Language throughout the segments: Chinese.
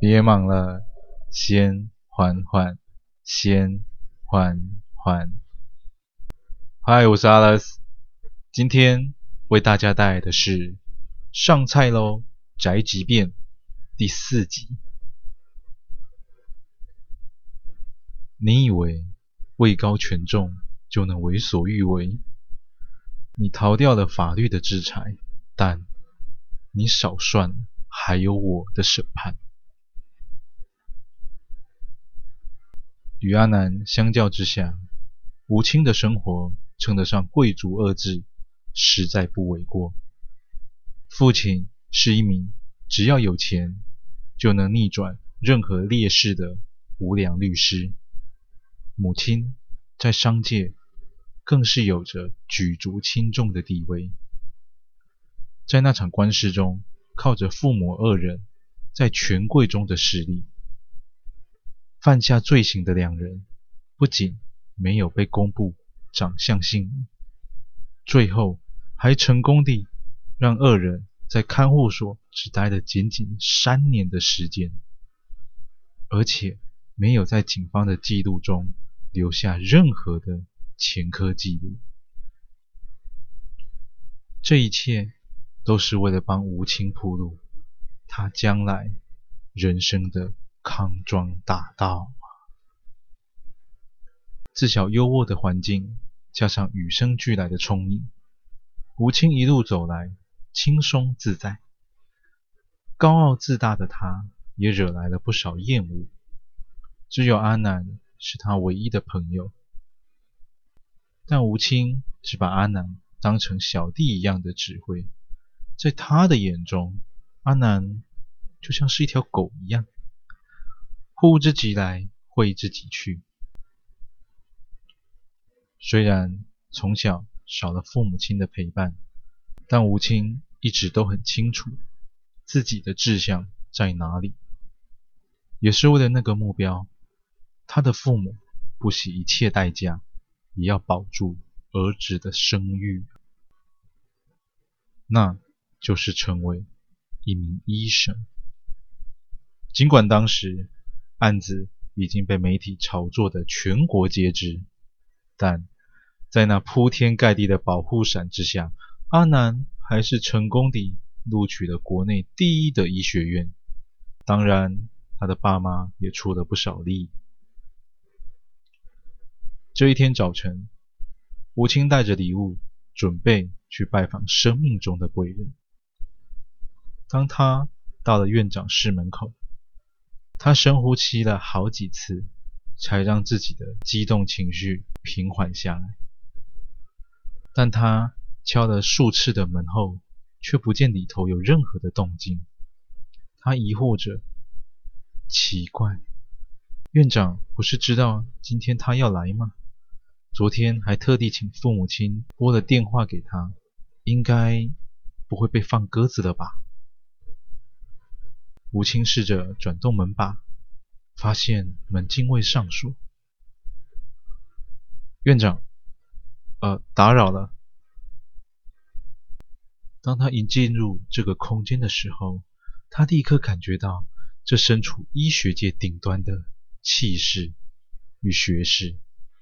别忙了，先缓缓，先缓缓。嗨，我是阿拉斯，今天为大家带来的是《上菜喽宅急便》第4集。你以为位高权重就能为所欲为？你逃掉了法律的制裁，但你少算了还有我的审判。与阿南相较之下，吴清的生活称得上贵族2字，实在不为过。父亲是一名只要有钱就能逆转任何劣势的无良律师，母亲在商界更是有着举足轻重的地位。在那场官司中，靠着父母2人在权贵中的势力，犯下罪行的2人不仅没有被公布长相姓名，最后还成功地让2人在看护所只待了仅仅3年的时间，而且没有在警方的记录中留下任何的前科记录。这一切都是为了帮吴清铺路，他将来人生的康庄大道。自小优渥的环境，加上与生俱来的聪明，吴清一路走来轻松自在。高傲自大的他也惹来了不少厌恶，只有阿南是他唯一的朋友。但吴清只把阿南当成小弟一样的指挥，在他的眼中，阿南就像是一条狗一样，呼之即来，挥之即去。虽然从小少了父母亲的陪伴，但吴清一直都很清楚自己的志向在哪里，也是为了那个目标，他的父母不惜一切代价也要保住儿子的声誉，那就是成为一名医生。尽管当时案子已经被媒体炒作的全国皆知，但在那铺天盖地的保护伞之下，阿南还是成功地录取了国内第1的医学院。当然，他的爸妈也出了不少力。这一天早晨，吴清带着礼物，准备去拜访生命中的贵人。当他到了院长室门口，他深呼吸了好几次，才让自己的激动情绪平缓下来。但他敲了数次的门后，却不见里头有任何的动静。他疑惑着，奇怪，院长不是知道今天他要来吗？昨天还特地请父母亲拨了电话给他，应该不会被放鸽子了吧？吴清试着转动门把，发现门竟未上锁。院长，打扰了。当他一进入这个空间的时候，他立刻感觉到这身处医学界顶端的气势与学识。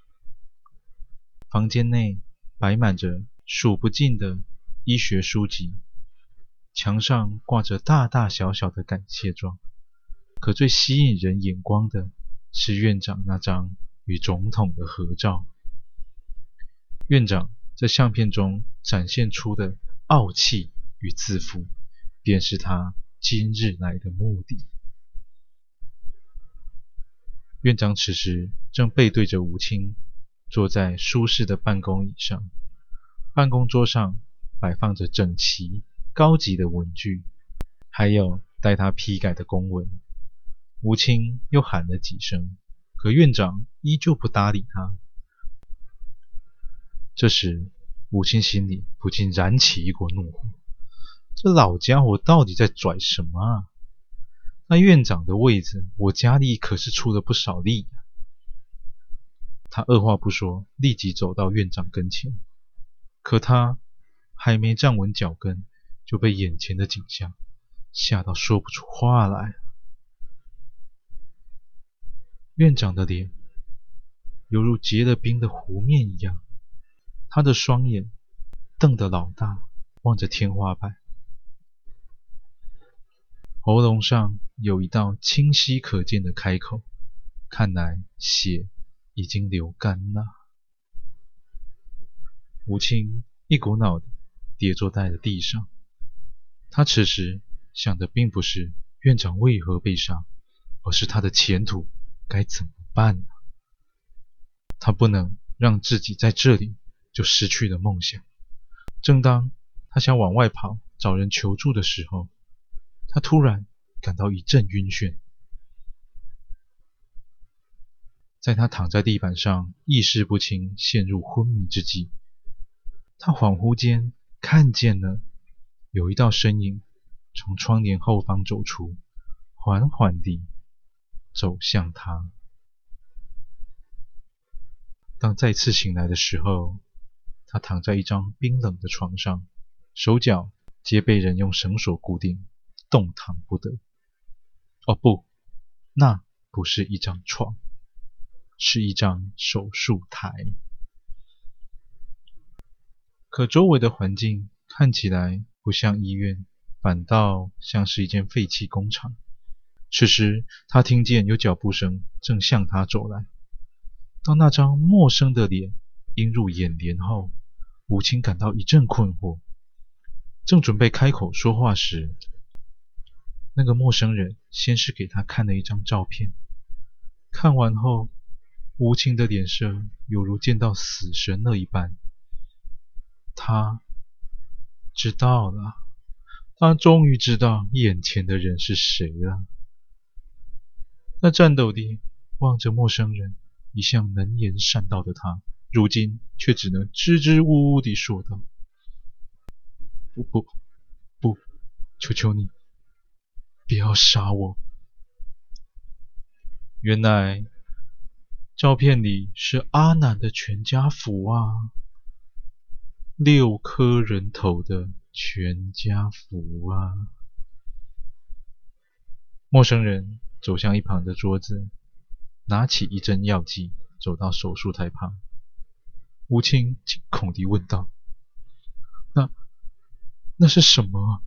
房间内摆满着数不尽的医学书籍，墙上挂着大大小小的感谢状，可最吸引人眼光的是院长那张与总统的合照。院长在相片中展现出的傲气与自负，便是他今日来的目的。院长此时正背对着吴清，坐在舒适的办公椅上，办公桌上摆放着整齐高级的文具，还有待他批改的公文。吴清又喊了几声，可院长依旧不搭理他。这时吴清心里不禁燃起一股怒火，这老家伙到底在拽什么啊？那院长的位子我家里可是出了不少力啊。他二话不说，立即走到院长跟前，可他还没站稳脚跟，就被眼前的景象吓到说不出话来。 院长的脸犹如结了冰的湖面一样，他的双眼瞪得老大，望着天花板，喉咙上有一道清晰可见的开口，看来血已经流干了。吴清一股脑地跌坐在了地上，他此时想的并不是院长为何被杀，而是他的前途该怎么办呢？他不能让自己在这里就失去了梦想。正当他想往外跑找人求助的时候，他突然感到一阵晕眩。在他躺在地板上意识不清陷入昏迷之际，他恍惚间看见了有一道身影从窗帘后方走出，缓缓地走向他。当再次醒来的时候，他躺在一张冰冷的床上，手脚皆被人用绳索固定，动弹不得。哦不，那不是一张床，是一张手术台。可周围的环境看起来不像医院，反倒像是一间废弃工厂。此时他听见有脚步声正向他走来，当那张陌生的脸映入眼帘后，吴清感到一阵困惑。正准备开口说话时，那个陌生人先是给他看了一张照片，看完后，吴清的脸色犹如见到死神了一般。他知道了，他终于知道眼前的人是谁了。他颤抖地望着陌生人，一向能言善道的他，如今却只能支支吾吾地说道：“不，求求你，不要杀我。”原来照片里是阿南的全家福啊，6颗人头的全家福啊。陌生人走向一旁的桌子，拿起一针药剂，走到手术台旁。吴清惊恐地问道：“那是什么？”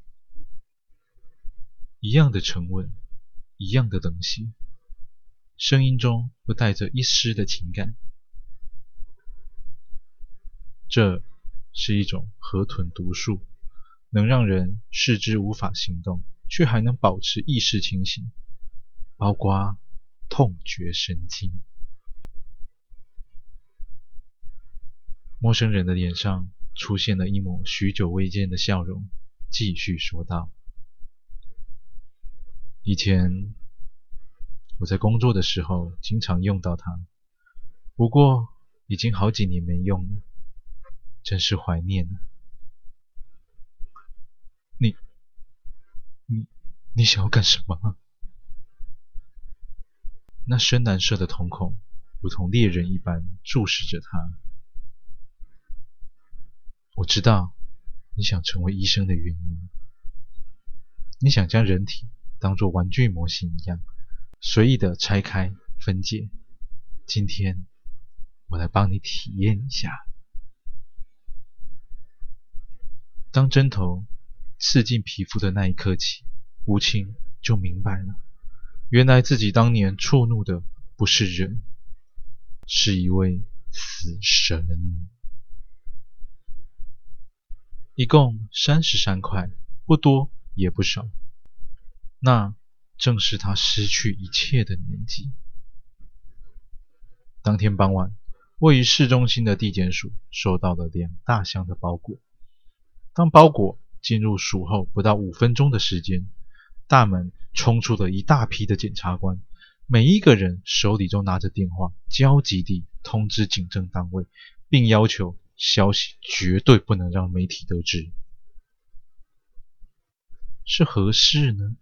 一样的沉稳，一样的冷血，声音中不带着一丝的情感。这是一种河豚毒素，能让人四肢无法行动，却还能保持意识清醒，包括痛觉神经。陌生人的脸上出现了一抹许久未见的笑容，继续说道：“以前我在工作的时候经常用到它，不过已经好几年没用了，真是怀念啊。你想要干什么啊？”那深蓝色的瞳孔如同猎人一般注视着他。我知道你想成为医生的原因，你想将人体当作玩具模型一样随意的拆开分解。今天我来帮你体验一下。当针头刺进皮肤的那一刻起，吴清就明白了，原来自己当年触怒的不是人，是一位死神。一共33块，不多也不少，那正是他失去一切的年纪。当天傍晚，位于市中心的地检署收到了2大箱的包裹。当包裹进入署后不到5分钟的时间，大门冲出了一大批的检察官，每一个人手里都拿着电话，焦急地通知警政单位，并要求消息绝对不能让媒体得知。是何事呢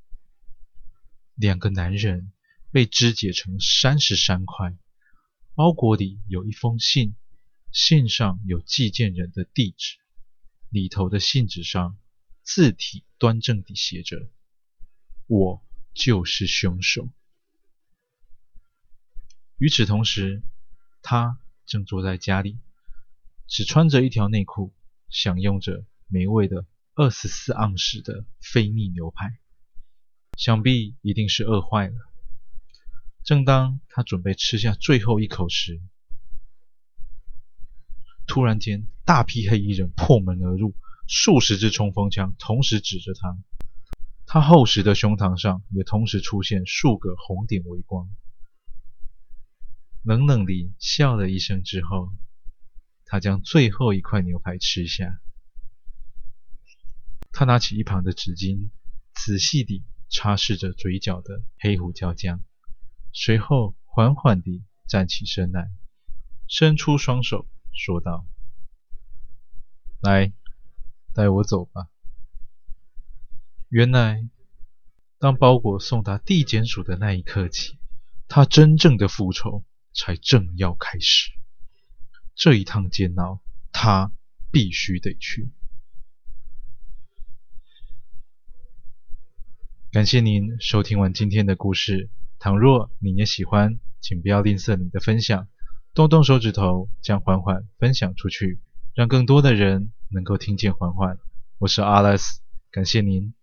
？2个男人被肢解成33块，包裹里有一封信，信上有寄件人的地址，里头的信纸上字体端正地写着：“我就是凶手。” 与此同时，他正坐在家里，只穿着一条内裤，享用着美味的24盎司的菲力牛排，想必一定是饿坏了。正当他准备吃下最后一口时，突然间，大批黑衣人破门而入，数十支冲锋枪同时指着他，他厚实的胸膛上也同时出现数个红点微光。冷冷地笑了一声之后，他将最后一块牛排吃下。他拿起一旁的纸巾，仔细地擦拭着嘴角的黑胡椒酱，随后缓缓地站起身来，伸出双手说道：“来，带我走吧。”原来，当包裹送达地检署的那一刻起，他真正的复仇才正要开始。这一趟煎熬，他必须得去。感谢您收听完今天的故事，倘若你也喜欢，请不要吝啬你的分享，动动手指头将缓缓分享出去，让更多的人能够听见缓缓。我是 Alex，感谢您。